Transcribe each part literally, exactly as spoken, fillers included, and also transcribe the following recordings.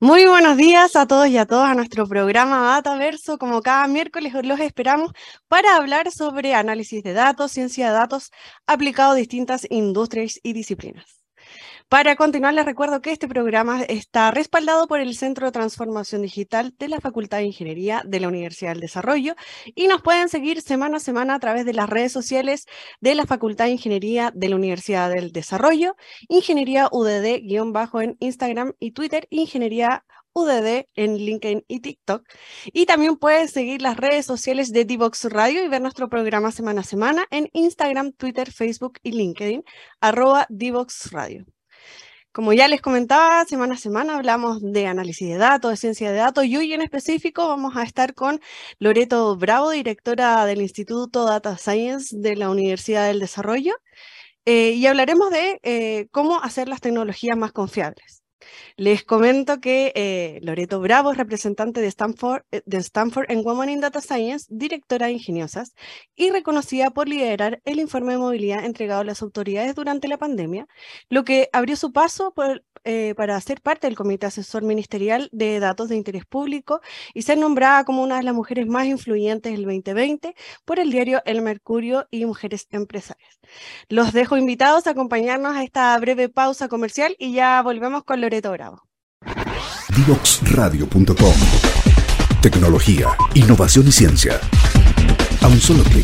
Muy buenos días a todos y a todas a nuestro programa Dataverso. Como cada miércoles los esperamos para hablar sobre análisis de datos, ciencia de datos aplicado a distintas industrias y disciplinas. Para continuar, les recuerdo que este programa está respaldado por el Centro de Transformación Digital de la Facultad de Ingeniería de la Universidad del Desarrollo y nos pueden seguir semana a semana a través de las redes sociales de la Facultad de Ingeniería de la Universidad del Desarrollo, Ingeniería U D D- en Instagram y Twitter, Ingeniería U D D en LinkedIn y TikTok. Y también puedes seguir las redes sociales de Divox Radio y ver nuestro programa semana a semana en Instagram, Twitter, Facebook y LinkedIn, arroba Divox Radio. Como ya les comentaba, semana a semana hablamos de análisis de datos, de ciencia de datos, y hoy en específico vamos a estar con Loreto Bravo, directora del Instituto Data Science de la Universidad del Desarrollo, eh, y hablaremos de eh, cómo hacer las tecnologías más confiables. Les comento que eh, Loreto Bravo es representante de Stanford, de Stanford en Women in Data Science, directora de Ingeniosas y reconocida por liderar el informe de movilidad entregado a las autoridades durante la pandemia, lo que abrió su paso por, eh, para ser parte del Comité Asesor Ministerial de Datos de Interés Público y ser nombrada como una de las mujeres más influyentes del veinte veinte por el diario El Mercurio y Mujeres Empresarias. Los dejo invitados a acompañarnos a esta breve pausa comercial y ya volvemos con Loreto Bravo. Divox Radio punto com. Tecnología, innovación y ciencia. A un solo clic.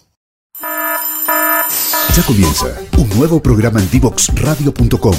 Ya comienza un nuevo programa en Divox Radio punto com.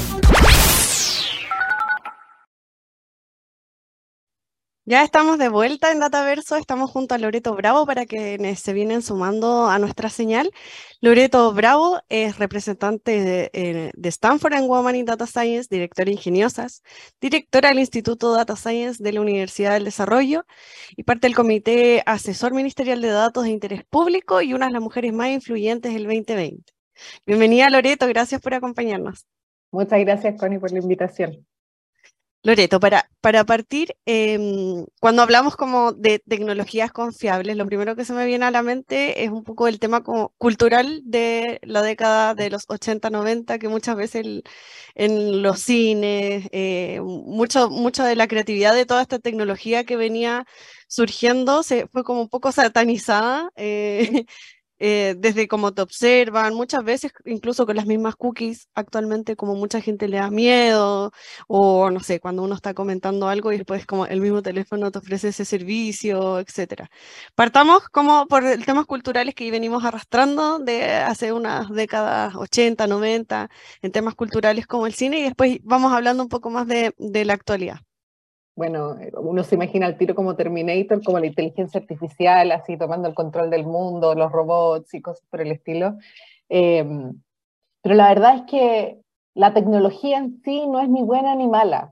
Ya estamos de vuelta en Dataverso, estamos junto a Loreto Bravo para quienes se vienen sumando a nuestra señal. Loreto Bravo es representante de, eh, de Stanford en Women in Data Science, directora Ingeniosas, directora del Instituto Data Science de la Universidad del Desarrollo y parte del Comité Asesor Ministerial de Datos de Interés Público y una de las mujeres más influyentes del veinte veinte. Bienvenida, Loreto, gracias por acompañarnos. Muchas gracias, Connie, por la invitación. Loreto, para, para partir, eh, cuando hablamos como de tecnologías confiables, lo primero que se me viene a la mente es un poco el tema como cultural de la década de los ochenta noventa, que muchas veces el, en los cines, eh, mucho, mucho de la creatividad de toda esta tecnología que venía surgiendo se fue como un poco satanizada. Eh, Eh, desde cómo te observan, muchas veces incluso con las mismas cookies, actualmente como mucha gente le da miedo, o no sé, cuando uno está comentando algo y después como el mismo teléfono te ofrece ese servicio, etcétera. Partamos como por temas culturales que venimos arrastrando de hace unas décadas ochenta, noventa, en temas culturales como el cine, y después vamos hablando un poco más de, de la actualidad. Bueno, uno se imagina al tiro como Terminator, como la inteligencia artificial, así tomando el control del mundo, los robots y cosas por el estilo. Eh, pero la verdad es que la tecnología en sí no es ni buena ni mala.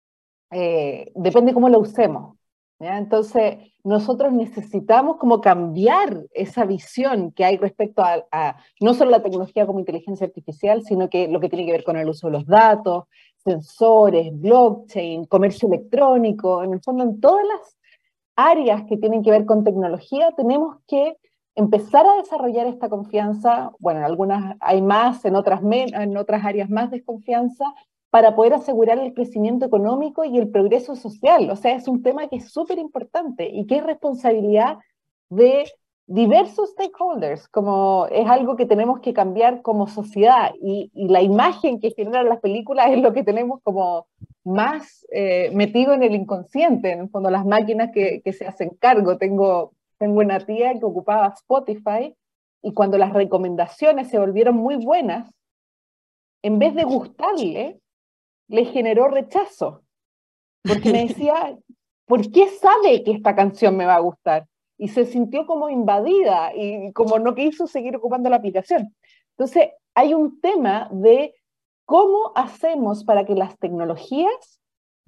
Eh, depende cómo la usemos, ¿ya? Entonces, nosotros necesitamos como cambiar esa visión que hay respecto a, a no solo la tecnología como inteligencia artificial, sino que lo que tiene que ver con el uso de los datos, sensores, blockchain, comercio electrónico, en el fondo en todas las áreas que tienen que ver con tecnología tenemos que empezar a desarrollar esta confianza. Bueno, en algunas hay más, en otras, en otras áreas más desconfianza, para poder asegurar el crecimiento económico y el progreso social. O sea, es un tema que es súper importante y que es responsabilidad de diversos stakeholders, como es algo que tenemos que cambiar como sociedad, y, y la imagen que generan las películas es lo que tenemos como más eh, metido en el inconsciente, en el fondo las máquinas que, que se hacen cargo. Tengo, tengo una tía que ocupaba Spotify y cuando las recomendaciones se volvieron muy buenas, en vez de gustarle, le generó rechazo, porque me decía, ¿por qué sabe que esta canción me va a gustar? Y se sintió como invadida y como no quiso seguir ocupando la aplicación. Entonces, hay un tema de cómo hacemos para que las tecnologías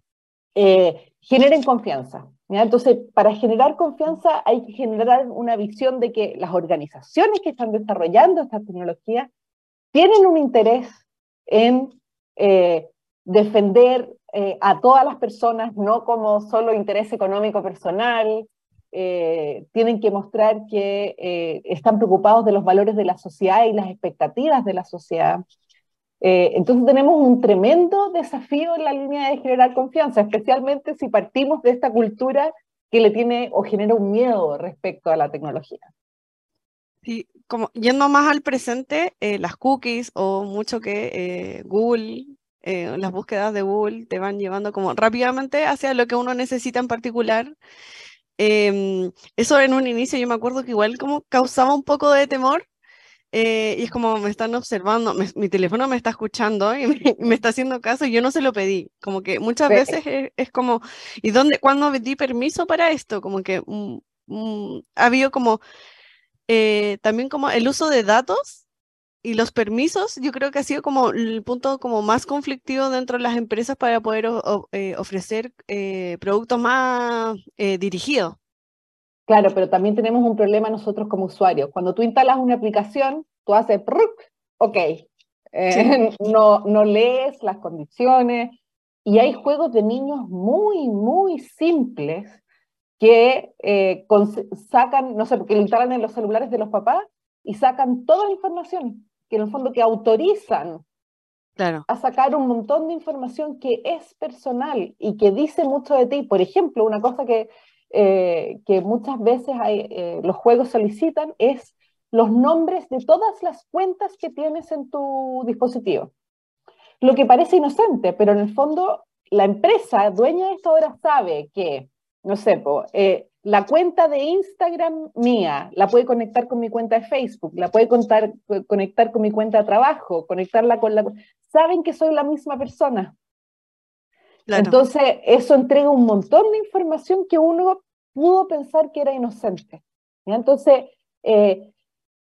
eh, generen confianza, ¿ya? Entonces, para generar confianza hay que generar una visión de que las organizaciones que están desarrollando estas tecnologías tienen un interés en eh, defender eh, a todas las personas, no como solo interés económico personal. Eh, tienen que mostrar que eh, están preocupados de los valores de la sociedad y las expectativas de la sociedad. Eh, entonces tenemos un tremendo desafío en la línea de generar confianza, especialmente si partimos de esta cultura que le tiene o genera un miedo respecto a la tecnología. Sí, como yendo más al presente, eh, las cookies o mucho que eh, Google, eh, las búsquedas de Google te van llevando como rápidamente hacia lo que uno necesita en particular. Em, eso en un inicio yo me acuerdo que igual como causaba un poco de temor. Eh, y es como me están observando, me- mi teléfono me está escuchando y me, me está haciendo caso y yo no se lo pedí. Como que muchas Sí. veces es, es como, ¿y dónde, cuándo di permiso para esto? Como que mm, mm, ha habido como eh, también como el uso de datos y los permisos, yo creo que ha sido como el punto como más conflictivo dentro de las empresas para poder o- o- eh, ofrecer eh, productos más eh, dirigidos. Claro, pero también tenemos un problema nosotros como usuarios. Cuando tú instalas una aplicación, tú haces, prrr, ok, Sí, eh, no, no lees las condiciones y hay juegos de niños muy, muy simples que eh, con- sacan, no sé, porque lo instalan en los celulares de los papás y sacan toda la información, que en el fondo que autorizan claro, a sacar un montón de información que es personal y que dice mucho de ti. Por ejemplo, una cosa que, eh, que muchas veces hay, eh, los juegos solicitan es los nombres de todas las cuentas que tienes en tu dispositivo. Lo que parece inocente, pero en el fondo la empresa dueña de esto ahora sabe que, no sé, po, eh, la cuenta de Instagram mía la puede conectar con mi cuenta de Facebook, la puede contar, conectar con mi cuenta de trabajo, conectarla con la... Saben que soy la misma persona. claro. Entonces, eso entrega un montón de información que uno pudo pensar que era inocente. ¿Ya? Entonces, eh,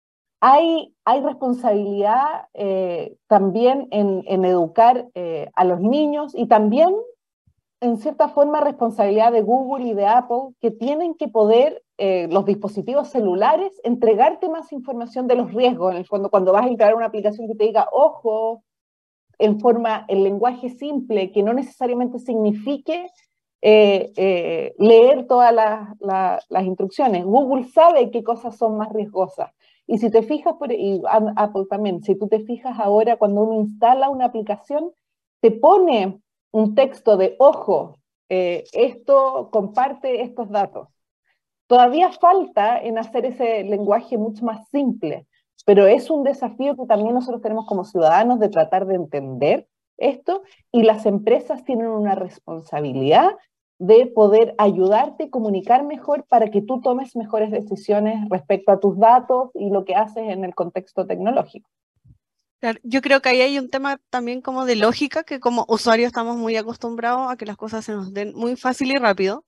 hay, hay responsabilidad eh, también en, en educar eh, a los niños y también, en cierta forma, responsabilidad de Google y de Apple, que tienen que poder, eh, los dispositivos celulares, entregarte más información de los riesgos. En el fondo, cuando vas a instalar una aplicación que te diga, ojo, en forma, en lenguaje simple, que no necesariamente signifique eh, eh, leer todas las, la, las instrucciones. Google sabe qué cosas son más riesgosas. Y si te fijas, por, y Apple también, si tú te fijas ahora cuando uno instala una aplicación, te pone un texto de, ojo, eh, esto comparte estos datos. Todavía falta en hacer ese lenguaje mucho más simple, pero es un desafío que también nosotros tenemos como ciudadanos de tratar de entender esto y las empresas tienen una responsabilidad de poder ayudarte y comunicar mejor para que tú tomes mejores decisiones respecto a tus datos y lo que haces en el contexto tecnológico. Claro, yo creo que ahí hay un tema también como de lógica, que como usuarios estamos muy acostumbrados a que las cosas se nos den muy fácil y rápido.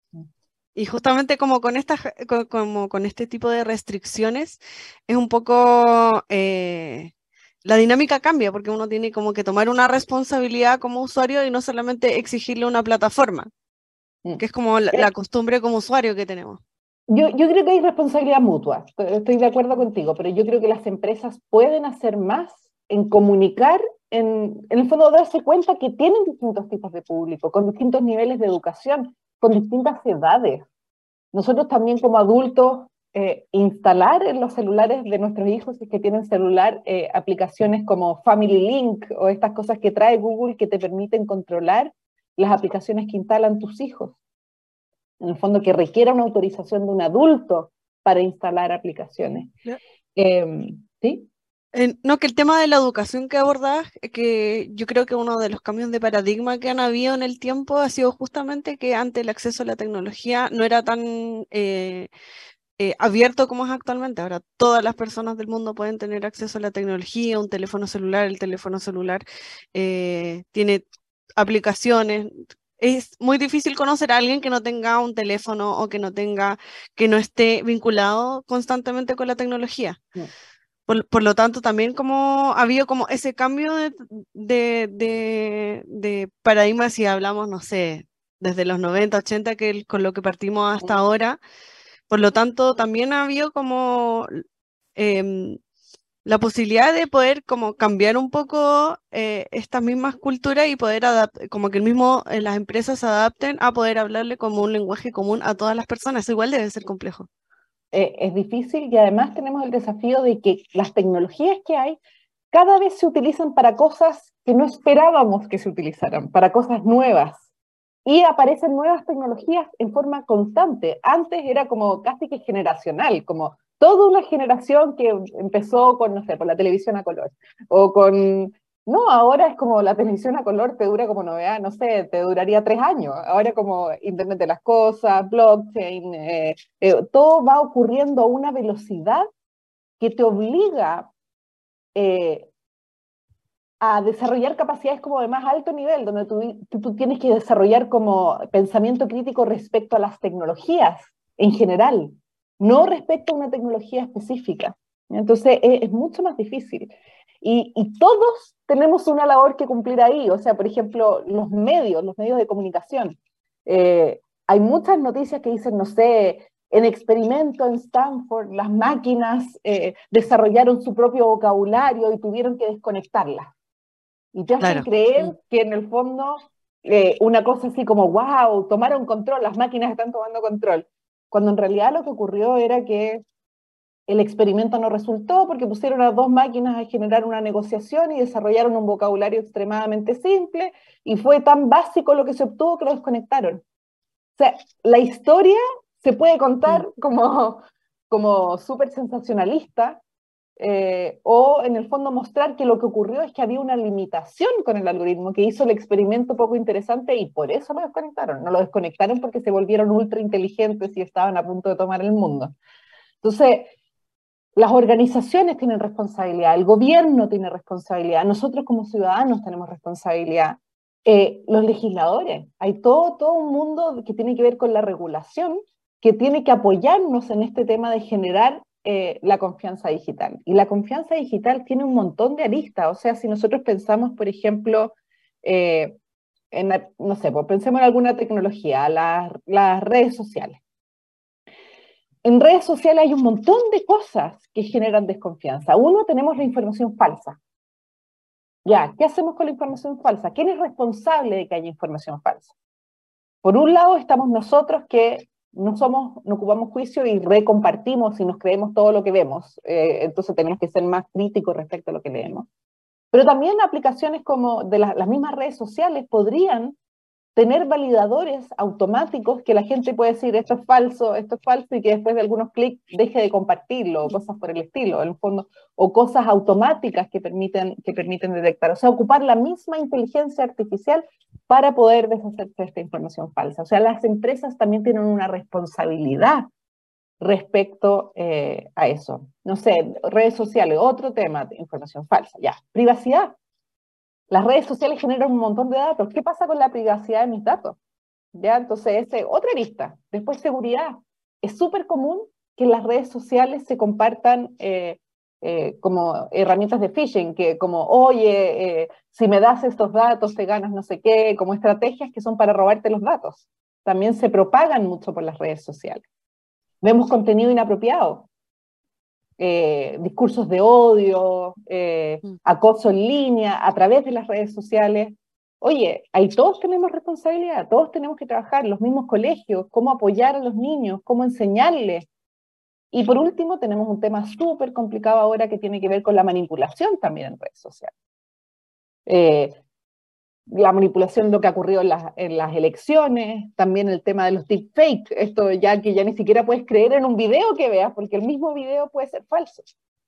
Y justamente como con estas, co- como con este tipo de restricciones, es un poco eh, la dinámica cambia, porque uno tiene como que tomar una responsabilidad como usuario y no solamente exigirle una plataforma, Mm. que es como la, la Eh, costumbre como usuario que tenemos. Yo, yo creo que hay responsabilidad mutua, estoy estoy de acuerdo contigo, pero yo creo que las empresas pueden hacer más en comunicar, en, en el fondo darse cuenta que tienen distintos tipos de público, con distintos niveles de educación, con distintas edades. Nosotros también como adultos, eh, instalar en los celulares de nuestros hijos, si es que tienen celular, eh, aplicaciones como Family Link o estas cosas que trae Google que te permiten controlar las aplicaciones que instalan tus hijos, en el fondo que requiera una autorización de un adulto para instalar aplicaciones. Ya. Eh, ¿Sí? Eh, no, que el tema de la educación que abordás, eh, que yo creo que uno de los cambios de paradigma que han habido en el tiempo ha sido justamente que antes el acceso a la tecnología no era tan eh, eh, abierto como es actualmente. Ahora todas las personas del mundo pueden tener acceso a la tecnología, un teléfono celular, el teléfono celular eh, tiene aplicaciones. Es muy difícil conocer a alguien que no tenga un teléfono o que no tenga, que no esté vinculado constantemente con la tecnología. No. Por, por lo tanto, también como ha habido como ese cambio de, de, de, de paradigma, si hablamos, no sé, desde los noventa ochenta que el- con lo que partimos hasta ahora. Por lo tanto, también ha habido como em, la posibilidad de poder como cambiar un poco eh, estas mismas culturas y poder adaptar, como que el mismo, eh, las empresas se adapten a poder hablarle como un lenguaje común a todas las personas. Eso igual debe ser complejo. Eh, es difícil y además tenemos el desafío de que las tecnologías que hay cada vez se utilizan para cosas que no esperábamos que se utilizaran, para cosas nuevas. Y aparecen nuevas tecnologías en forma constante. Antes era como casi que generacional, como toda una generación que empezó con, no sé, por la televisión a color, o con... No, ahora es como la televisión a color te dura como novedad, no sé, te duraría tres años. Ahora como Internet de las cosas, blockchain, eh, eh, todo va ocurriendo a una velocidad que te obliga eh, a desarrollar capacidades como de más alto nivel, donde tú, tú, tú tienes que desarrollar como pensamiento crítico respecto a las tecnologías en general, no respecto a una tecnología específica. Entonces es, es mucho más difícil. Y, y todos tenemos una labor que cumplir ahí. O sea, por ejemplo, los medios, los medios de comunicación. Eh, hay muchas noticias que dicen, no sé, en experimento en Stanford, las máquinas eh, desarrollaron su propio vocabulario y tuvieron que desconectarlas. Y te hacen Claro. creer que en el fondo eh, una cosa así como, wow, tomaron control, las máquinas están tomando control. Cuando en realidad lo que ocurrió era que el experimento no resultó porque pusieron a dos máquinas a generar una negociación y desarrollaron un vocabulario extremadamente simple y fue tan básico lo que se obtuvo que lo desconectaron. O sea, la historia se puede contar como, como súper sensacionalista, eh, o en el fondo mostrar que lo que ocurrió es que había una limitación con el algoritmo que hizo el experimento poco interesante y por eso lo desconectaron. No lo desconectaron porque se volvieron ultra inteligentes y estaban a punto de tomar el mundo. Entonces, las organizaciones tienen responsabilidad, el gobierno tiene responsabilidad, nosotros como ciudadanos tenemos responsabilidad, eh, los legisladores, hay todo, todo un mundo que tiene que ver con la regulación, que tiene que apoyarnos en este tema de generar eh, la confianza digital. Y la confianza digital tiene un montón de aristas, o sea, si nosotros pensamos, por ejemplo, eh, en, no sé, pues pensemos en alguna tecnología, las, las redes sociales. En redes sociales hay un montón de cosas que generan desconfianza. Uno, tenemos la información falsa. Ya, ¿qué hacemos con la información falsa? ¿Quién es responsable de que haya información falsa? Por un lado estamos nosotros que no somos, no ocupamos juicio y recompartimos y nos creemos todo lo que vemos. Eh, entonces tenemos que ser más críticos respecto a lo que leemos. Pero también aplicaciones como de la, las mismas redes sociales podrían tener validadores automáticos que la gente puede decir esto es falso, esto es falso, y que después de algunos clics deje de compartirlo, o cosas por el estilo, en el fondo, o cosas automáticas que permiten, que permiten detectar. O sea, ocupar la misma inteligencia artificial para poder deshacerse de esta información falsa. O sea, las empresas también tienen una responsabilidad respecto eh, a eso. No sé, redes sociales, otro tema de información falsa, ya. Privacidad. Las redes sociales generan un montón de datos. ¿Qué pasa con la privacidad de mis datos? ¿Ya? Entonces, ese, otra lista. Después, seguridad. Es súper común que en las redes sociales se compartan eh, eh, como herramientas de phishing, que como, oye, eh, si me das estos datos, te ganas no sé qué, como estrategias que son para robarte los datos. También se propagan mucho por las redes sociales. Vemos contenido inapropiado. Eh, discursos de odio, eh, acoso en línea, a través de las redes sociales. Oye, ahí todos tenemos responsabilidad, todos tenemos que trabajar, los mismos colegios, cómo apoyar a los niños, cómo enseñarles. Y por último, tenemos un tema súper complicado ahora que tiene que ver con la manipulación también en redes sociales. Eh, la manipulación, lo que ha ocurrido en las, en las elecciones, también el tema de los deepfakes, esto ya que ya ni siquiera puedes creer en un video que veas, porque el mismo video puede ser falso.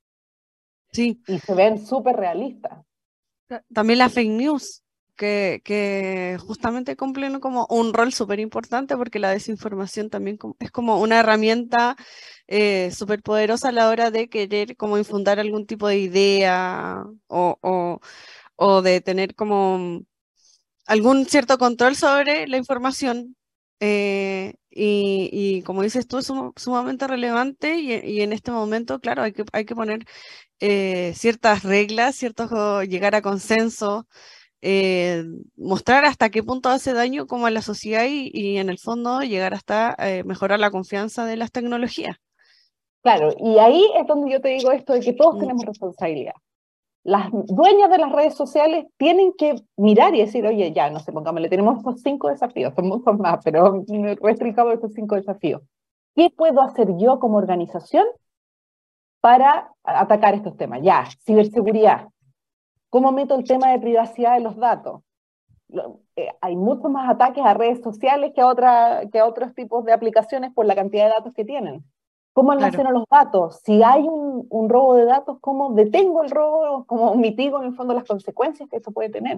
Sí. Y se ven súper realistas. También las fake news, que, que justamente cumplen como un rol súper importante porque la desinformación también es como una herramienta eh, súper poderosa a la hora de querer como infundar algún tipo de idea o, o, o de tener como algún cierto control sobre la información. Eh, y, y como dices tú, es sum- sumamente relevante y, y en este momento, claro, hay que, hay que poner eh, ciertas reglas, ciertos, oh, llegar a consenso, eh, mostrar hasta qué punto hace daño como a la sociedad y, y en el fondo llegar hasta eh, mejorar la confianza de las tecnologías. Claro, y ahí es donde yo te digo esto de que todos Mm. tenemos responsabilidad. Las dueñas de las redes sociales tienen que mirar y decir, oye, ya, no sé, pongámosle, tenemos estos cinco desafíos, son muchos más, pero restringamos estos cinco desafíos. ¿Qué puedo hacer yo como organización para atacar estos temas? Ya, ciberseguridad. ¿Cómo meto el tema de privacidad de los datos? Lo, eh, hay muchos más ataques a redes sociales que a, otra, que a otros tipos de aplicaciones por la cantidad de datos que tienen. ¿Cómo almaceno Claro. los datos? Si hay un, un robo de datos, ¿cómo detengo el robo? ¿Cómo mitigo en el fondo las consecuencias que eso puede tener?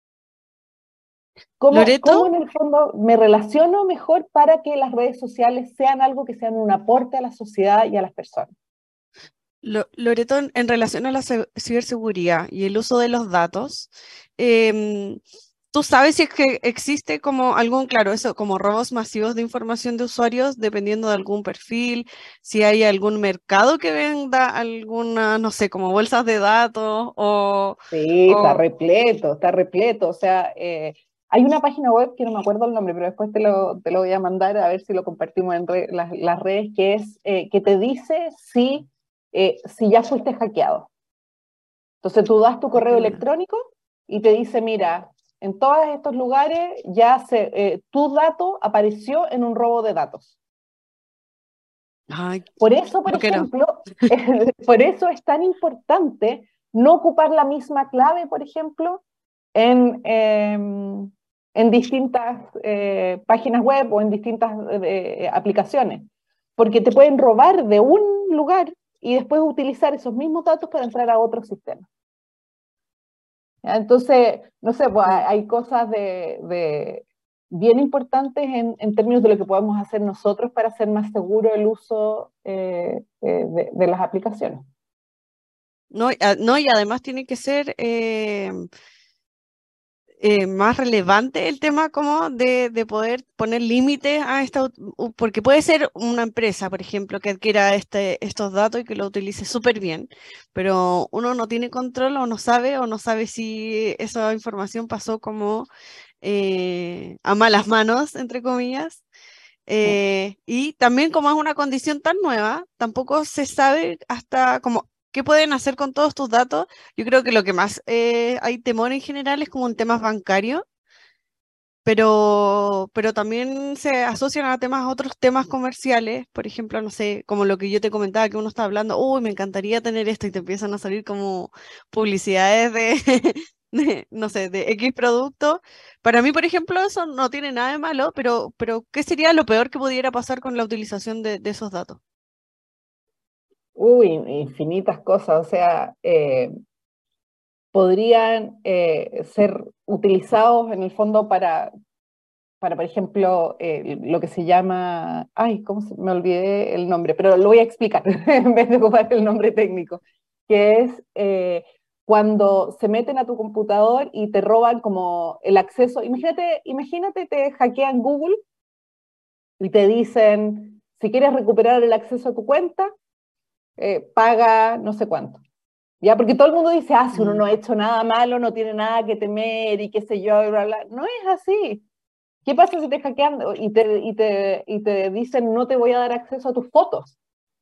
¿Cómo, Loreto, ¿Cómo en el fondo me relaciono mejor para que las redes sociales sean algo que sean un aporte a la sociedad y a las personas? Lo- Loreto, en en relación a la ce- ciberseguridad y el uso de los datos, em, ¿tú sabes si es que existe como algún, claro, eso, como robos masivos de información de usuarios dependiendo de algún perfil, si hay algún mercado que venda alguna, no sé, como bolsas de datos o, Sí, está o repleto, está repleto. O sea, eh, hay una página web que no me acuerdo el nombre, pero después te lo, te lo voy a mandar a ver si lo compartimos en re- las, las redes, que es eh, que te dice si, eh, si ya fuiste hackeado. Entonces tú das tu Ay, qué correo buena. electrónico y te dice, mira, en todos estos lugares ya se, eh, tu dato apareció en un robo de datos. Ay, Por eso, por lo quiero. ejemplo, por eso es tan importante no ocupar la misma clave, por ejemplo, en, eh, en distintas eh, páginas web o en distintas eh, aplicaciones, porque te pueden robar de un lugar y después utilizar esos mismos datos para entrar a otro sistema. ¿Ya? Entonces, no sé, pues Sí. hay cosas de, de bien importantes en, en, términos de lo que podemos hacer nosotros para hacer más seguro el uso eh, eh, de, de, las aplicaciones. No, y a- no, y además tiene que ser em, eh, más relevante el tema como de, de poder poner límites a esta, ut- u- porque puede ser una empresa, por ejemplo, que adquiera este, estos datos y que lo utilice súper bien, pero uno no tiene control o no sabe o no sabe si esa información pasó como eh, a malas manos, entre comillas. Eh, y también como es una condición tan nueva, tampoco se sabe hasta como qué pueden hacer con todos tus datos. Yo creo que lo que más eh, hay temor en general es como en temas bancarios, pero, pero también se asocian a temas, otros temas comerciales, por ejemplo, no sé, como lo que yo te comentaba, que uno está hablando, uy, me encantaría tener esto y te empiezan a salir como publicidades de, de, no sé, de X producto. Para mí, por ejemplo, eso no tiene nada de malo, pero, pero ¿qué sería lo peor que pudiera pasar con la utilización de, de esos datos? Uy, infinitas cosas, o sea, eh, podrían eh, ser utilizados en el fondo para, para por ejemplo, eh, lo que se llama, ay, ¿cómo se, me olvidé el nombre? Pero lo voy a explicar en vez de ocupar el nombre técnico, que es eh, cuando se meten a tu computador y te roban como el acceso. Imagínate, imagínate te hackean Google y te dicen, si quieres recuperar el acceso a tu cuenta, eh, paga no sé cuánto. Ya, porque todo el mundo dice, ah, si uno Mm, no ha hecho nada malo, no tiene nada que temer y qué sé yo, y bla, bla. No es así. ¿Qué pasa si te hackean y te, y, te, y te dicen, no te voy a dar acceso a tus fotos?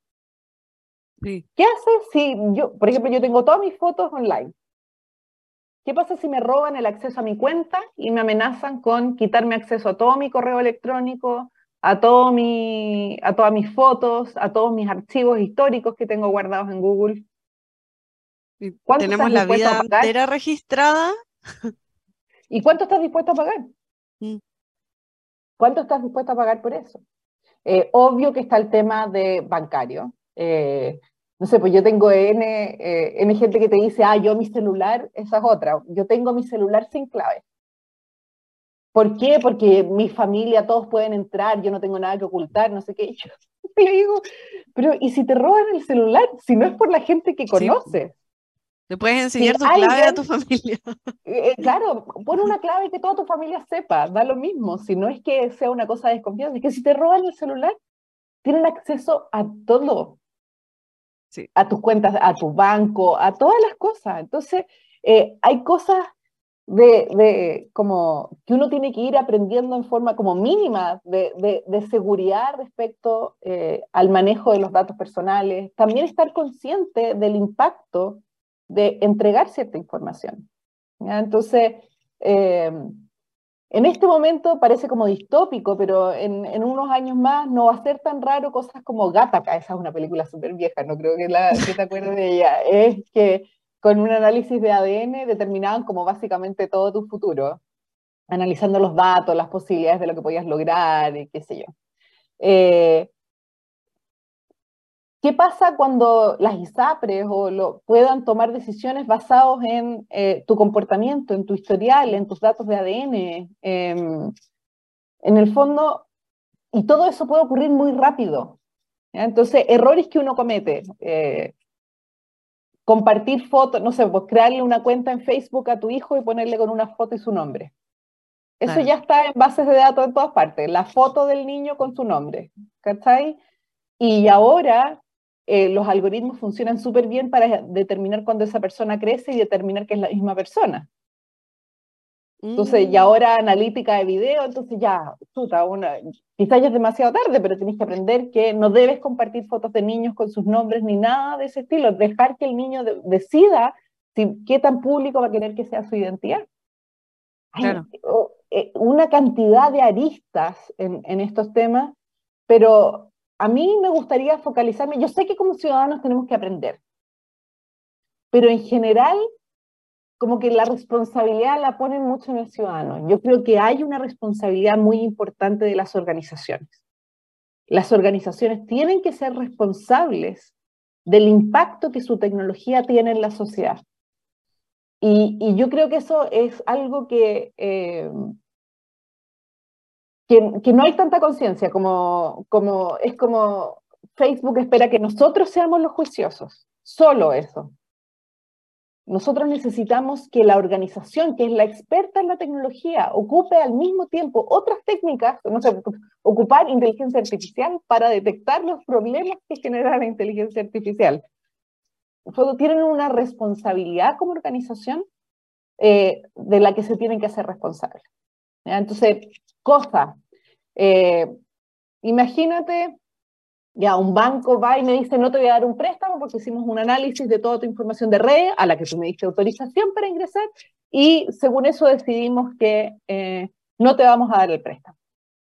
sí. ¿Qué haces si yo, por ejemplo, yo tengo todas mis fotos online? ¿Qué pasa si me roban el acceso a mi cuenta y me amenazan con quitarme acceso a todo mi correo electrónico, a, todo mi, a todas mis fotos, a todos mis archivos históricos que tengo guardados en Google? Y ¿Cuánto tenemos estás la dispuesto a vida pagar? entera registrada. ¿Y cuánto estás dispuesto a pagar? Mm, ¿Cuánto estás dispuesto a pagar por eso? Eh, obvio que está el tema de bancario. Eh, no sé, pues yo tengo N, eh, N gente que te dice, ah, yo mi celular, esa es otra. Yo tengo mi celular sin clave. ¿Por qué? Porque mi familia, todos pueden entrar, yo no tengo nada que ocultar, no sé qué. Yo le digo, pero ¿y si te roban el celular? Si no es por la gente que sí, conoces. le puedes Si enseñar tu clave a alguien, tu familia. eh, claro, pon una clave que toda tu familia sepa, da lo mismo. Si no es que sea una cosa de desconfianza, es que si te roban el celular, tienen acceso a todo, Sí. a tus cuentas, a tu banco, a todas las cosas. Entonces, eh, hay cosas de, de, como que uno tiene que ir aprendiendo en forma como mínima de, de, de seguridad respecto eh, al manejo de los datos personales. También estar consciente del impacto de entregar cierta información. ¿Ya? Entonces, eh, en este momento parece como distópico, pero en, en, unos años más no va a ser tan raro cosas como Gattaca, esa es una película súper vieja, no creo que, la, que te acuerdes de ella, es que con un análisis de A D N determinaban como básicamente todo tu futuro, analizando los datos, las posibilidades de lo que podías lograr, y qué sé yo. Eh, ¿Qué pasa cuando las ISAPRES o lo, puedan tomar decisiones basadas en eh, tu comportamiento, en tu historial, en tus datos de A D N? Eh, en el fondo, y todo eso puede ocurrir muy rápido, ¿ya? Entonces, errores que uno comete. Eh, compartir fotos, no sé, pues crearle una cuenta en Facebook a tu hijo y ponerle con una foto y su nombre. Eso Claro. ya está en bases de datos en todas partes, la foto del niño con su nombre, ¿cachai? Y ahora eh, los algoritmos funcionan súper bien para determinar cuándo esa persona crece y determinar que es la misma persona. Entonces, y ahora analítica de video, entonces ya, puta, una, quizás ya es demasiado tarde, pero tenés que aprender que no debes compartir fotos de niños con sus nombres ni nada de ese estilo, dejar que el niño de, decida si, qué tan público va a querer que sea su identidad. Hay Claro. una cantidad de aristas en, en estos temas, pero a mí me gustaría focalizarme, yo sé que como ciudadanos tenemos que aprender, pero en general como que la responsabilidad la ponen mucho en el ciudadano. Yo creo que hay una responsabilidad muy importante de las organizaciones. Las organizaciones tienen que ser responsables del impacto que su tecnología tiene en la sociedad. Y, y yo creo que eso es algo que, eh, que, que no hay tanta conciencia, como, como, es como Facebook espera que nosotros seamos los juiciosos, solo eso. Nosotros necesitamos que la organización, que es la experta en la tecnología, ocupe al mismo tiempo otras técnicas, no sé, ocupar inteligencia artificial para detectar los problemas que genera la inteligencia artificial. Todos tienen una responsabilidad como organización eh, de la que se tienen que hacer responsables. ¿Ya? Entonces, cosa, eh, imagínate, ya un banco va y me dice, no te voy a dar un préstamo porque hicimos un análisis de toda tu información de red, a la que tú me diste autorización para ingresar, y según eso decidimos que eh, no te vamos a dar el préstamo.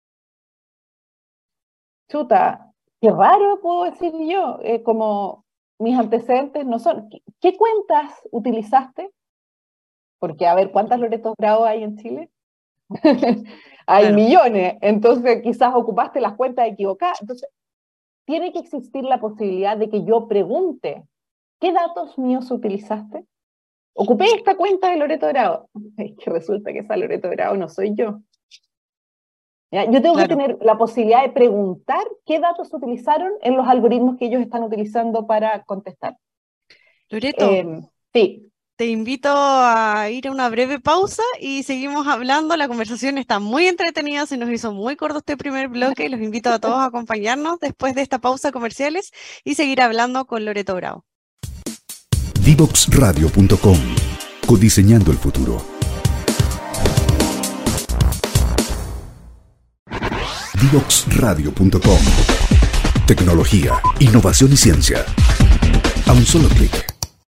Chuta, qué raro puedo decir yo, eh, como mis antecedentes no son. ¿Qué, qué cuentas utilizaste? Porque, a ver, ¿cuántas Loretos Bravo hay en Chile? Hay Claro. millones, entonces quizás ocupaste las cuentas equivocadas. Entonces, tiene que existir la posibilidad de que yo pregunte, ¿qué datos míos utilizaste? Ocupé esta cuenta de Loreto Bravo. Es que resulta que esa Loreto Bravo no soy yo. ¿Ya? Yo tengo Claro. que tener la posibilidad de preguntar qué datos utilizaron en los algoritmos que ellos están utilizando para contestar. Loreto, Eh, sí. te invito a ir a una breve pausa y seguimos hablando. La conversación está muy entretenida, se nos hizo muy corto este primer bloque y los invito a todos a acompañarnos después de esta pausa comerciales y seguir hablando con Loreto Bravo. Divox Radio punto com. Codiseñando el futuro. Divox Radio punto com. Tecnología, innovación y ciencia. A un solo clic.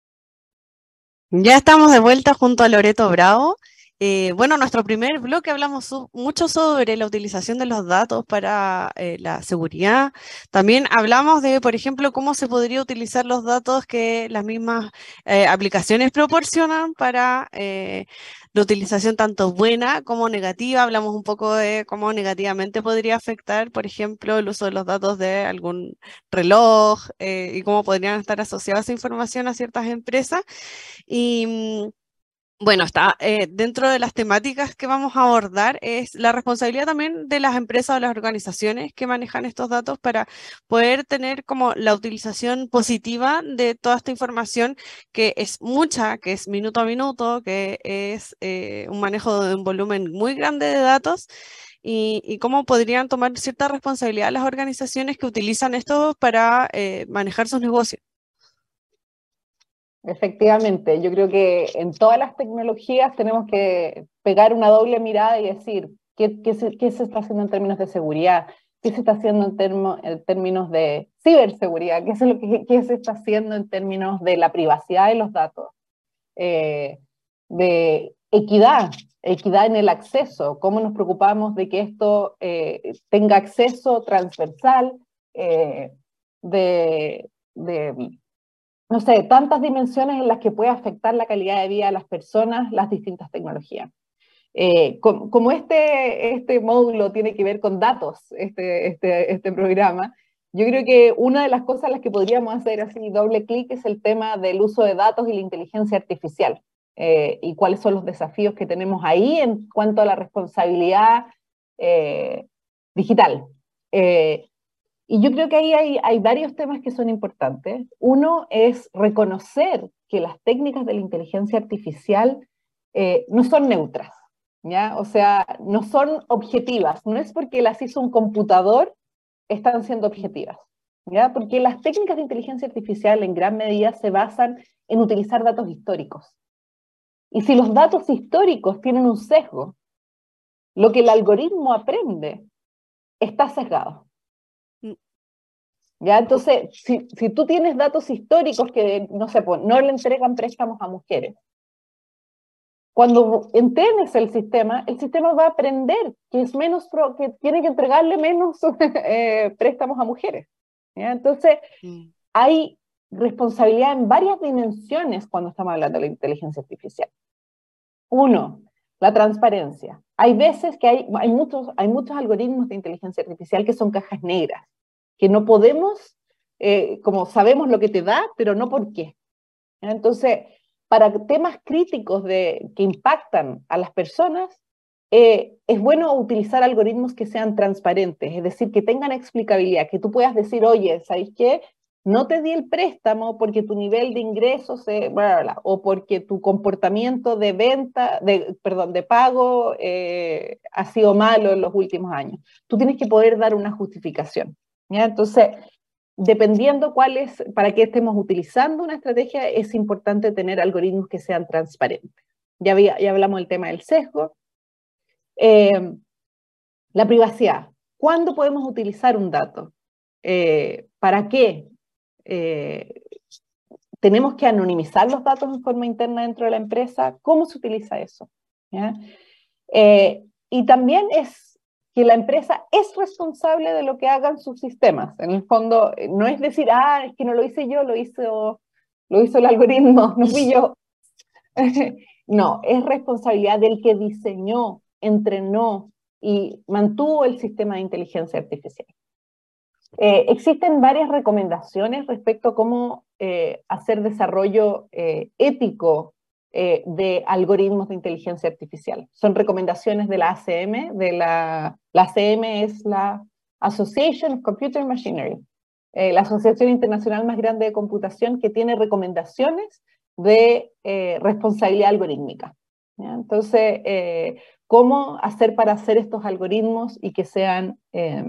Ya estamos de vuelta junto a Loreto Bravo. Eh, bueno, en nuestro primer bloque hablamos so- mucho sobre la utilización de los datos para eh, la seguridad. También hablamos de, por ejemplo, cómo se podría utilizar los datos que las mismas eh, aplicaciones proporcionan para eh, la utilización tanto buena como negativa. Hablamos un poco de cómo negativamente podría afectar, por ejemplo, el uso de los datos de algún reloj eh, y cómo podrían estar asociadas esa información a ciertas empresas. Y mm, bueno, está eh, dentro de las temáticas que vamos a abordar es la responsabilidad también de las empresas o las organizaciones que manejan estos datos para poder tener como la utilización positiva de toda esta información que es mucha, que es minuto a minuto, que es eh, un manejo de un volumen muy grande de datos. Y, y cómo podrían tomar cierta responsabilidad las organizaciones que utilizan esto para eh, manejar sus negocios. Efectivamente, yo creo que en todas las tecnologías tenemos que pegar una doble mirada y decir qué, qué, se, qué se está haciendo en términos de seguridad, qué se está haciendo en, termo, en términos de ciberseguridad, qué, es lo que, qué se está haciendo en términos de la privacidad de los datos, eh, de equidad, equidad en el acceso, cómo nos preocupamos de que esto eh, tenga acceso transversal, eh, de... de no sé, tantas dimensiones en las que puede afectar la calidad de vida de las personas, las distintas tecnologías. Eh, com, como este, este módulo tiene que ver con datos, este, este, este programa, yo creo que una de las cosas a las que podríamos hacer así doble clic es el tema del uso de datos y la inteligencia artificial, eh, y cuáles son los desafíos que tenemos ahí en cuanto a la responsabilidad eh, digital. Eh, y yo creo que ahí hay, hay varios temas que son importantes. Uno es reconocer que las técnicas de la inteligencia artificial eh, no son neutras, ¿ya? O sea, no son objetivas. No es porque las hizo un computador, están siendo objetivas, ¿ya? Porque las técnicas de inteligencia artificial en gran medida se basan en utilizar datos históricos. Y si los datos históricos tienen un sesgo, lo que el algoritmo aprende está sesgado. ¿Ya? Entonces, si, si tú tienes datos históricos que, no sé, pues, no le entregan préstamos a mujeres, cuando entrenes el sistema, el sistema va a aprender que es menos pro, que tiene que entregarle menos eh, préstamos a mujeres. ¿Ya? Entonces, mm. hay responsabilidad en varias dimensiones cuando estamos hablando de la inteligencia artificial. Uno, la transparencia. Hay veces que hay, hay, muchos, hay muchos algoritmos de inteligencia artificial que son cajas negras, que no podemos, eh, como sabemos lo que te da, pero no por qué. Entonces, para temas críticos de, que impactan a las personas, eh, es bueno utilizar algoritmos que sean transparentes, es decir, que tengan explicabilidad, que tú puedas decir, oye, ¿sabes qué? No te di el préstamo porque tu nivel de ingresos, eh, bla, bla, bla, o porque tu comportamiento de venta, de, perdón, de pago eh, ha sido malo en los últimos años. Tú tienes que poder dar una justificación. ¿Ya? Entonces, dependiendo cuál es, para qué estemos utilizando una estrategia, es importante tener algoritmos que sean transparentes. Ya, había, ya hablamos del tema del sesgo. Eh, la privacidad. ¿Cuándo podemos utilizar un dato? Eh, ¿Para qué? Eh, ¿Tenemos que anonimizar los datos en forma interna dentro de la empresa? ¿Cómo se utiliza eso? ¿Ya? Eh, y también es que la empresa es responsable de lo que hagan sus sistemas. En el fondo, no es decir, ah, es que no lo hice yo, lo hizo, lo hizo el algoritmo, no fui yo. No, es responsabilidad del que diseñó, entrenó y mantuvo el sistema de inteligencia artificial. Eh, existen varias recomendaciones respecto a cómo eh, hacer desarrollo eh, ético eh, de algoritmos de inteligencia artificial. Son recomendaciones de la A C M, de la, la A C M es la Association of Computer Machinery, eh, la asociación internacional más grande de computación que tiene recomendaciones de eh, responsabilidad algorítmica. ¿Ya? Entonces, eh, ¿cómo hacer para hacer estos algoritmos y que sean... Eh,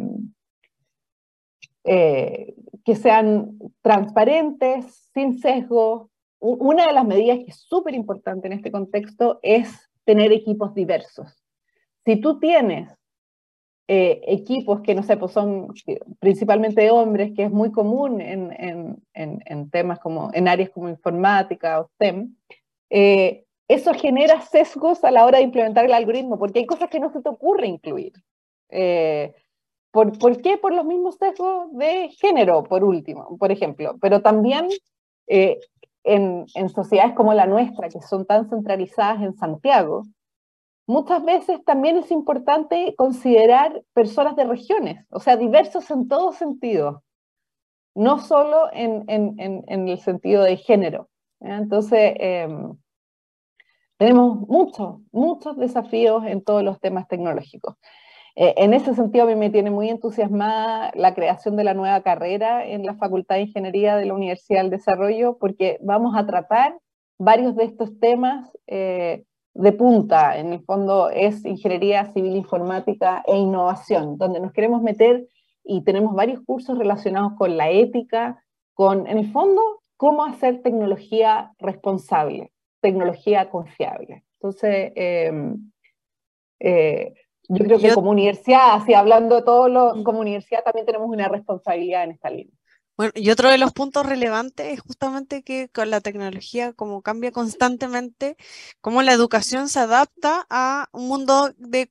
Eh, que sean transparentes, sin sesgo? Una de las medidas que es súper importante en este contexto es tener equipos diversos. Si tú tienes eh, equipos que, no sé, pues son principalmente de hombres, que es muy común en, en, en, en temas como, en áreas como informática o STEM, eh, eso genera sesgos a la hora de implementar el algoritmo, porque hay cosas que no se te ocurre incluir. Eh, ¿Por, ¿Por qué? Por los mismos sesgos de género, por último, por ejemplo. Pero también eh, en, en sociedades como la nuestra, que son tan centralizadas en Santiago, muchas veces también es importante considerar personas de regiones, o sea, diversos en todo sentido, no solo en, en, en, en el sentido de género. ¿Eh? Entonces, eh, tenemos muchos, muchos desafíos en todos los temas tecnológicos. Eh, en ese sentido, a mí me tiene muy entusiasmada la creación de la nueva carrera en la Facultad de Ingeniería de la Universidad del Desarrollo, porque vamos a tratar varios de estos temas eh, de punta. En el fondo es Ingeniería Civil Informática e Innovación, donde nos queremos meter y tenemos varios cursos relacionados con la ética, con, en el fondo, cómo hacer tecnología responsable, tecnología confiable. Entonces, eh, eh, yo creo que Yo, como universidad, así hablando de todo lo, como universidad también tenemos una responsabilidad en esta línea. Bueno, y otro de los puntos relevantes es justamente que con la tecnología, como cambia constantemente, cómo la educación se adapta a un mundo de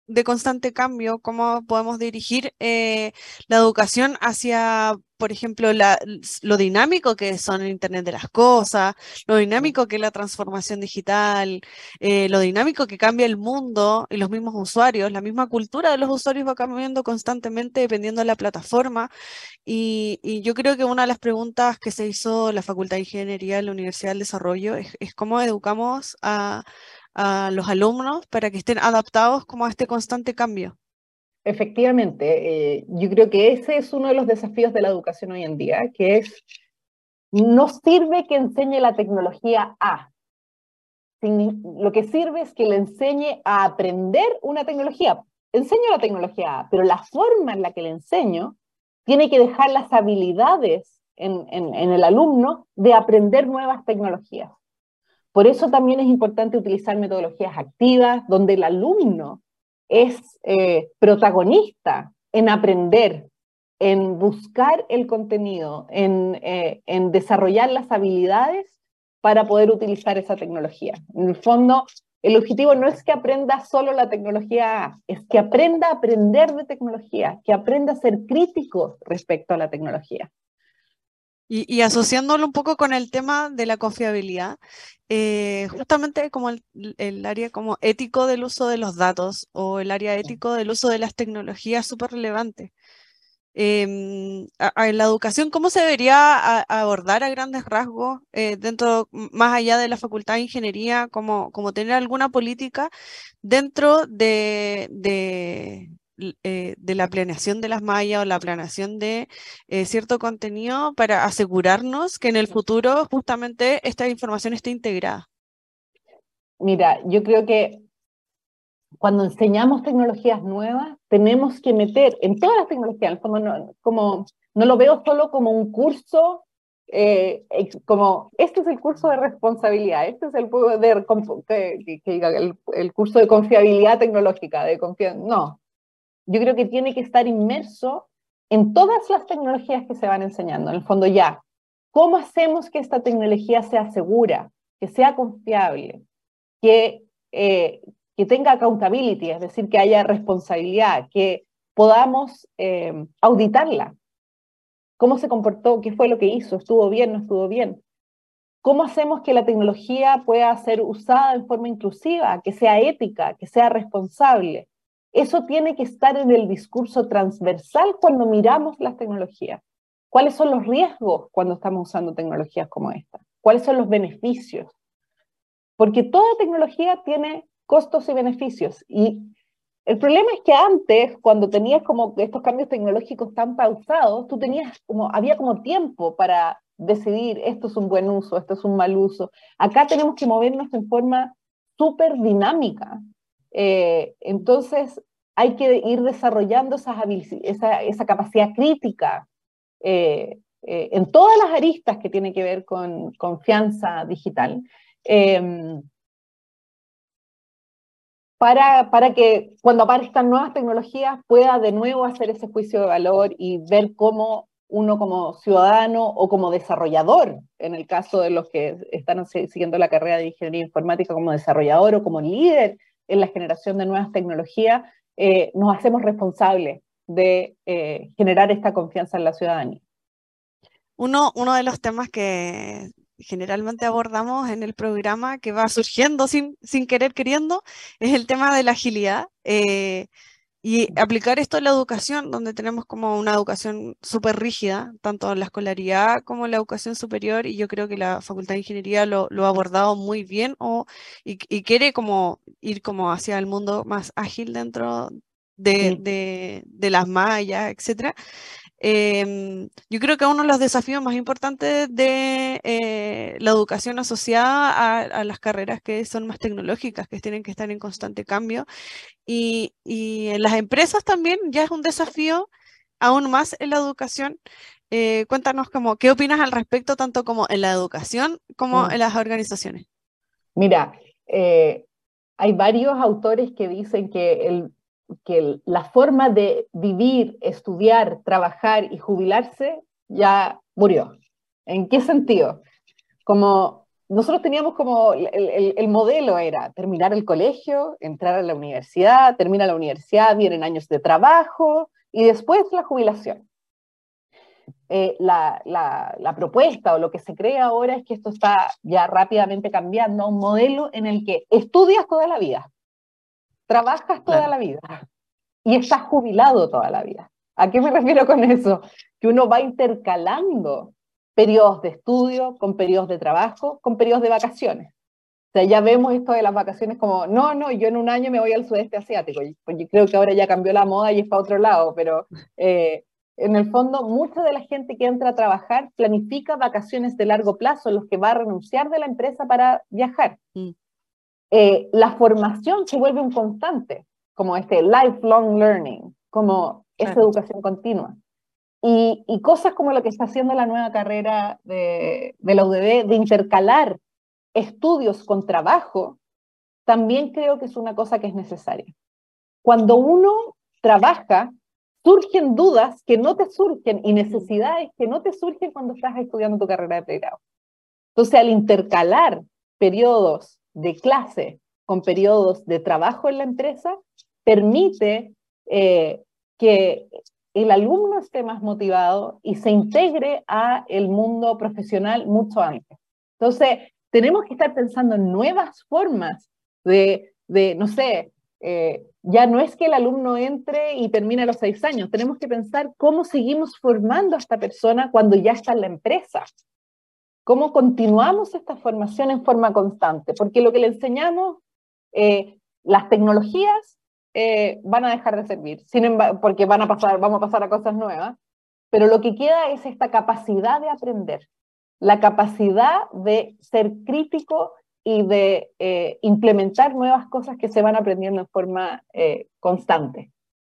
de constante cambio, cómo podemos dirigir eh, la educación hacia, por ejemplo, la- lo dinámico que son el Internet de las cosas, lo dinámico que es la transformación digital, eh, lo dinámico que cambia el mundo y los mismos usuarios, la misma cultura de los usuarios va cambiando constantemente dependiendo de la plataforma. Y, y yo creo que una de las preguntas que se hizo la Facultad de Ingeniería de la Universidad del Desarrollo es, es cómo educamos a, a los alumnos para que estén adaptados como a este constante cambio. Efectivamente, eh, yo creo que ese es uno de los desafíos de la educación hoy en día, que es, no sirve que enseñe la tecnología a, lo que sirve es que le enseñe a aprender una tecnología. Enseño la tecnología A, pero la forma en la que le enseño tiene que dejar las habilidades en, en, en el alumno de aprender nuevas tecnologías. Por eso también es importante utilizar metodologías activas, donde el alumno es eh, protagonista en aprender, en buscar el contenido, en, eh, en desarrollar las habilidades para poder utilizar esa tecnología. En el fondo, el objetivo no es que aprenda solo la tecnología A, es que aprenda a aprender de tecnología, que aprenda a ser crítico respecto a la tecnología. Y, y asociándolo un poco con el tema de la confiabilidad, eh, justamente como el, el área como ético del uso de los datos o el área ético del uso de las tecnologías súper relevante. Em, a- a- en la educación, ¿cómo se debería a- abordar a grandes rasgos eh, dentro, m- más allá de la Facultad de Ingeniería, como, como tener alguna política dentro de, de, l- eh, de la planeación de las mallas o la planeación de eh, cierto contenido para asegurarnos que en el futuro justamente esta información esté integrada? Mira, yo creo que cuando enseñamos tecnologías nuevas, tenemos que meter en todas las tecnologías, en el fondo no, como, no lo veo solo como un curso, eh, como este es el curso de responsabilidad, este es el, de, que, que diga, el, el curso de confiabilidad tecnológica, de confia no, yo creo que tiene que estar inmerso en todas las tecnologías que se van enseñando, en el fondo ya, ¿cómo hacemos que esta tecnología sea segura, que sea confiable, que, eh, que tenga accountability, es decir, que haya responsabilidad, que podamos eh, auditarla? ¿Cómo se comportó? ¿Qué fue lo que hizo? ¿Estuvo bien? ¿No estuvo bien? ¿Cómo hacemos que la tecnología pueda ser usada en forma inclusiva, que sea ética, que sea responsable? Eso tiene que estar en el discurso transversal cuando miramos las tecnologías. ¿Cuáles son los riesgos cuando estamos usando tecnologías como esta? ¿Cuáles son los beneficios? Porque toda tecnología tiene costos y beneficios. Y el problema es que antes, cuando tenías como estos cambios tecnológicos tan pausados, tú tenías como, había como tiempo para decidir esto es un buen uso, esto es un mal uso. Acá tenemos que movernos en forma súper dinámica. Eh, entonces, hay que ir desarrollando esas esa, esa capacidad crítica eh, eh, en todas las aristas que tienen que ver con confianza digital. Eh, para, para que cuando aparezcan nuevas tecnologías pueda de nuevo hacer ese juicio de valor y ver cómo uno como ciudadano o como desarrollador, en el caso de los que están siguiendo la carrera de ingeniería informática como desarrollador o como líder en la generación de nuevas tecnologías, eh, nos hacemos responsables de eh, generar esta confianza en la ciudadanía. Uno, uno de los temas que generalmente abordamos en el programa, que va surgiendo sin, sin querer queriendo, es el tema de la agilidad. eh, y aplicar esto en la educación, donde tenemos como una educación súper rígida, tanto en la escolaridad como en la educación superior, y yo creo que la Facultad de Ingeniería lo, lo ha abordado muy bien o, y, y quiere como ir como hacia el mundo más ágil dentro de, Sí. de, de las mallas, etcétera. Em, yo creo que uno de los desafíos más importantes de eh, la educación asociada a, a las carreras que son más tecnológicas, que tienen que estar en constante cambio, y, y en las empresas también ya es un desafío aún más en la educación. Eh, cuéntanos como, ¿qué opinas al respecto, tanto como en la educación como en Mm. las organizaciones? Mira, eh, hay varios autores que dicen que, el, que el, la forma de vivir, estudiar, trabajar y jubilarse ya murió. ¿En qué sentido? Como nosotros teníamos como, el, el, el modelo era terminar el colegio, entrar a la universidad, termina la universidad, vienen años de trabajo y después la jubilación. Eh, la, la, la propuesta o lo que se cree ahora es que esto está ya rápidamente cambiando a un modelo en el que estudias toda la vida, trabajas toda Claro. la vida y estás jubilado toda la vida. ¿A qué me refiero con eso? Que uno va intercalando periodos de estudio con periodos de trabajo, con periodos de vacaciones. O sea, ya vemos esto de las vacaciones como, no, no, yo en un año me voy al sudeste asiático. Pues yo creo que ahora ya cambió la moda y es para otro lado, pero eh, en el fondo, mucha de la gente que entra a trabajar planifica vacaciones de largo plazo en los que va a renunciar de la empresa para viajar. Mm. Eh, la formación se vuelve un constante, como este lifelong learning, como esa Claro. educación continua. Y, y cosas como lo que está haciendo la nueva carrera de, de la U D B, de intercalar estudios con trabajo, también creo que es una cosa que es necesaria. Cuando uno trabaja, surgen dudas que no te surgen y necesidades que no te surgen cuando estás estudiando tu carrera de pregrado. Entonces, al intercalar periodos de clase con periodos de trabajo en la empresa, permite eh, que el alumno esté más motivado y se integre a el mundo profesional mucho antes. Entonces, tenemos que estar pensando en nuevas formas de, de no sé, eh, ya no es que el alumno entre y termine a los seis años, tenemos que pensar cómo seguimos formando a esta persona cuando ya está en la empresa. ¿Cómo continuamos esta formación en forma constante? Porque lo que le enseñamos, eh, las tecnologías eh, van a dejar de servir, sin embargo, porque van a pasar, vamos a pasar a cosas nuevas, pero lo que queda es esta capacidad de aprender, la capacidad de ser crítico y de eh, implementar nuevas cosas que se van aprendiendo en forma eh, constante.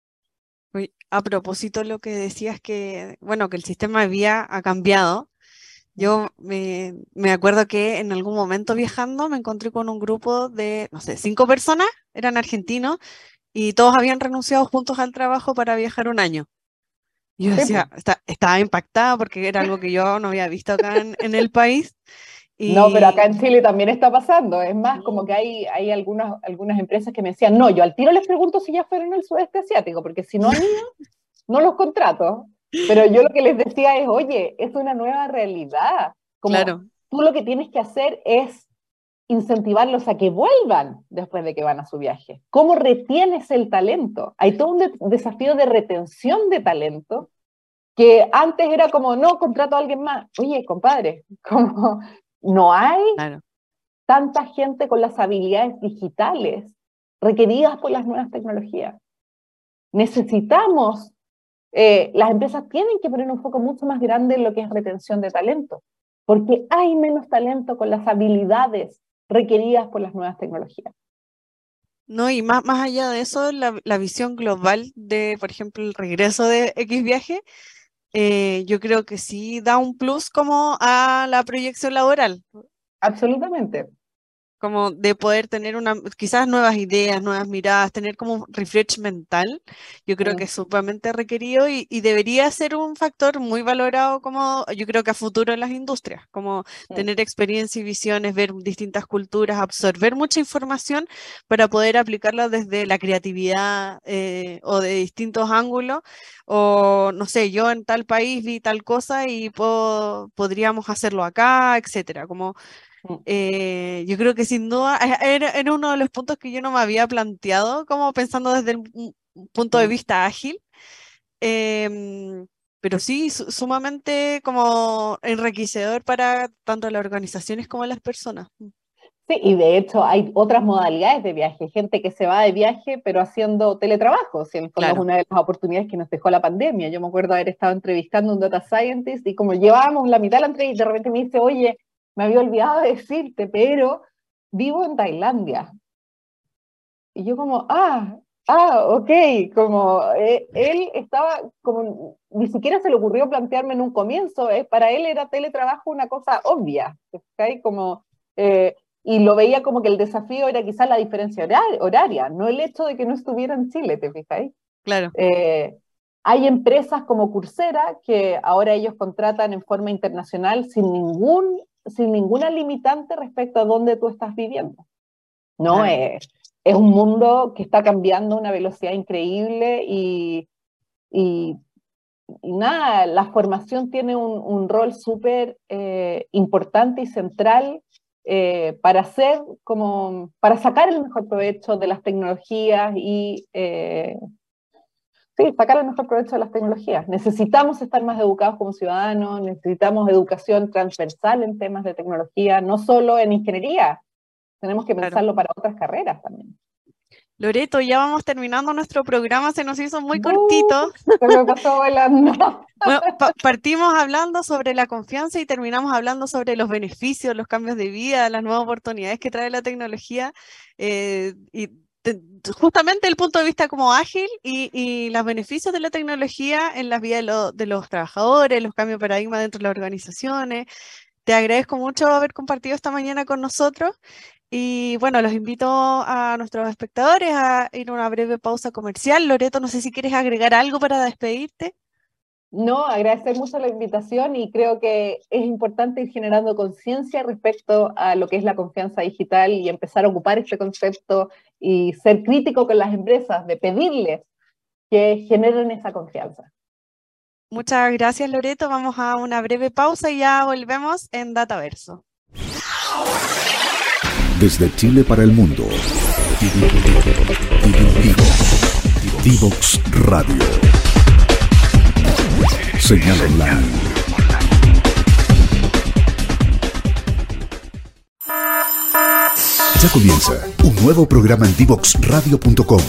Uy, a propósito de lo que decías que, bueno, que el sistema había ha cambiado. Yo me, me acuerdo que en algún momento viajando me encontré con un grupo de, no sé, cinco personas, eran argentinos, y todos habían renunciado juntos al trabajo para viajar un año. Y yo decía, está, estaba impactada porque era algo que yo no había visto acá en, en el país. Y... No, pero acá en Chile también está pasando. Es más, como que hay, hay algunas, algunas empresas que me decían, no, yo al tiro les pregunto si ya fueron al sudeste asiático, porque si no han ido, no los contrato. Pero yo lo que les decía es, oye, es una nueva realidad. Como claro. Tú lo que tienes que hacer es incentivarlos a que vuelvan después de que van a su viaje. ¿Cómo retienes el talento? Hay todo un de desafío de retención de talento que antes era como, no, contrato a alguien más. Oye, compadre, como no hay claro. tanta gente con las habilidades digitales requeridas por las nuevas tecnologías. Necesitamos, eh, las empresas tienen que poner un foco mucho más grande en lo que es retención de talento, porque hay menos talento con las habilidades requeridas por las nuevas tecnologías. No, y más, más allá de eso, la, la visión global de, por ejemplo, el regreso de X viaje, eh, yo creo que sí da un plus como a la proyección laboral. Absolutamente. Como de poder tener una, quizás nuevas ideas, nuevas miradas, tener como un refresh mental, yo creo Mm. que es sumamente requerido y, y debería ser un factor muy valorado como, yo creo que a futuro en las industrias, como Mm. tener experiencia y visiones, ver distintas culturas, absorber mucha información para poder aplicarla desde la creatividad eh, o de distintos ángulos, o no sé, yo en tal país vi tal cosa y puedo, podríamos hacerlo acá, etcétera, como Eh, yo creo que sin duda era, era uno de los puntos que yo no me había planteado, como pensando desde el un punto de vista ágil, em, pero sí, su- sumamente como enriquecedor para tanto las organizaciones como las personas. Sí, y de hecho hay otras modalidades de viaje, gente que se va de viaje pero haciendo teletrabajo, si en el fondo Claro. es una de las oportunidades que nos dejó la pandemia. Yo me acuerdo haber estado entrevistando a un data scientist y como llevábamos la mitad de la entrevista, de repente me dice, oye, me había olvidado de decirte, pero vivo en Tailandia. Y yo como, ah, ah, ok, como eh, él estaba, como ni siquiera se le ocurrió plantearme en un comienzo, eh, para él era teletrabajo una cosa obvia, ¿okay? Como... Eh, y lo veía como que el desafío era quizás la diferencia horaria, no el hecho de que no estuviera en Chile, ¿te fijáis? Claro. Eh, hay empresas como Coursera que ahora ellos contratan en forma internacional sin ningún, sin ninguna limitante respecto a dónde tú estás viviendo. ¿No? Claro. Eh, es un mundo que está cambiando a una velocidad increíble y, y, y nada, la formación tiene un, un rol súper eh, importante y central eh, para hacer como, para sacar el mejor provecho de las tecnologías y eh, sí, sacar el mejor provecho de las tecnologías. Necesitamos estar más educados como ciudadanos, necesitamos educación transversal en temas de tecnología, no solo en ingeniería, tenemos que pensarlo Claro. para otras carreras también. Loreto, ya vamos terminando nuestro programa, se nos hizo muy Uh, cortito. Se me pasó volando. Bueno, pa- partimos hablando sobre la confianza y terminamos hablando sobre los beneficios, los cambios de vida, las nuevas oportunidades que trae la tecnología, eh, y te- justamente el punto de vista como ágil y, y los beneficios de la tecnología en la vida de, lo- de los trabajadores, los cambios de paradigma dentro de las organizaciones. Te agradezco mucho haber compartido esta mañana con nosotros y bueno, los invito a nuestros espectadores a ir a una breve pausa comercial. Loreto, no sé si quieres agregar algo para despedirte. No, agradecer mucho la invitación y creo que es importante ir generando conciencia respecto a lo que es la confianza digital y empezar a ocupar este concepto y ser crítico con las empresas, de pedirles que generen esa confianza. Muchas gracias, Loreto. Vamos a una breve pausa y ya volvemos en Dataverso. Desde Chile para el mundo. Divox Radio. Señal online. Ya comienza un nuevo programa en divox radio punto com.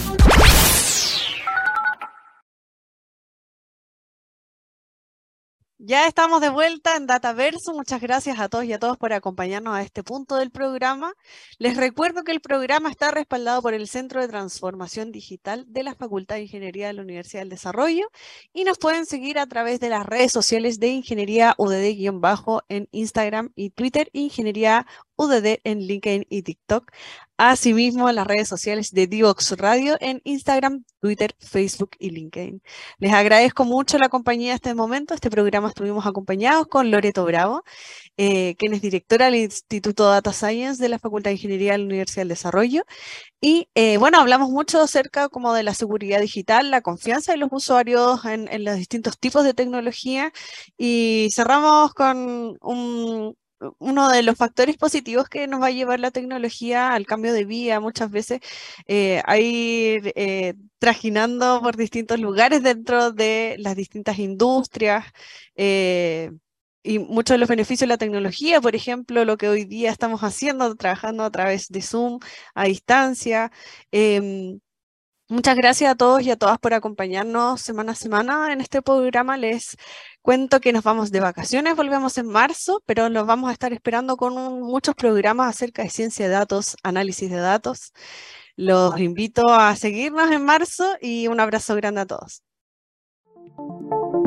Ya estamos de vuelta en Dataverso. Muchas gracias a todos y a todas por acompañarnos a este punto del programa. Les recuerdo que el programa está respaldado por el Centro de Transformación Digital de la Facultad de Ingeniería de la Universidad del Desarrollo y nos pueden seguir a través de las redes sociales de Ingeniería U D D- en Instagram y Twitter, Ingeniería U D D en LinkedIn y TikTok. Asimismo, las redes sociales de Divox Radio en Instagram, Twitter, Facebook y LinkedIn. Les agradezco mucho la compañía este momento. Este programa estuvimos acompañados con Loreto Bravo, eh, quien es directora del Instituto Data Science de la Facultad de Ingeniería de la Universidad del Desarrollo. Y eh, bueno, hablamos mucho acerca como de la seguridad digital, la confianza de los usuarios en, en los distintos tipos de tecnología y cerramos con un, uno de los factores positivos que nos va a llevar la tecnología al cambio de vida, muchas veces eh, a ir eh, trajinando por distintos lugares dentro de las distintas industrias. eh, Y muchos de los beneficios de la tecnología, por ejemplo, lo que hoy día estamos haciendo, trabajando a través de Zoom, a distancia. Em, muchas gracias a todos y a todas por acompañarnos semana a semana en este programa. Les cuento que nos vamos de vacaciones, volvemos en marzo, pero los vamos a estar esperando con un- muchos programas acerca de ciencia de datos, análisis de datos. Los invito a seguirnos en marzo y un abrazo grande a todos.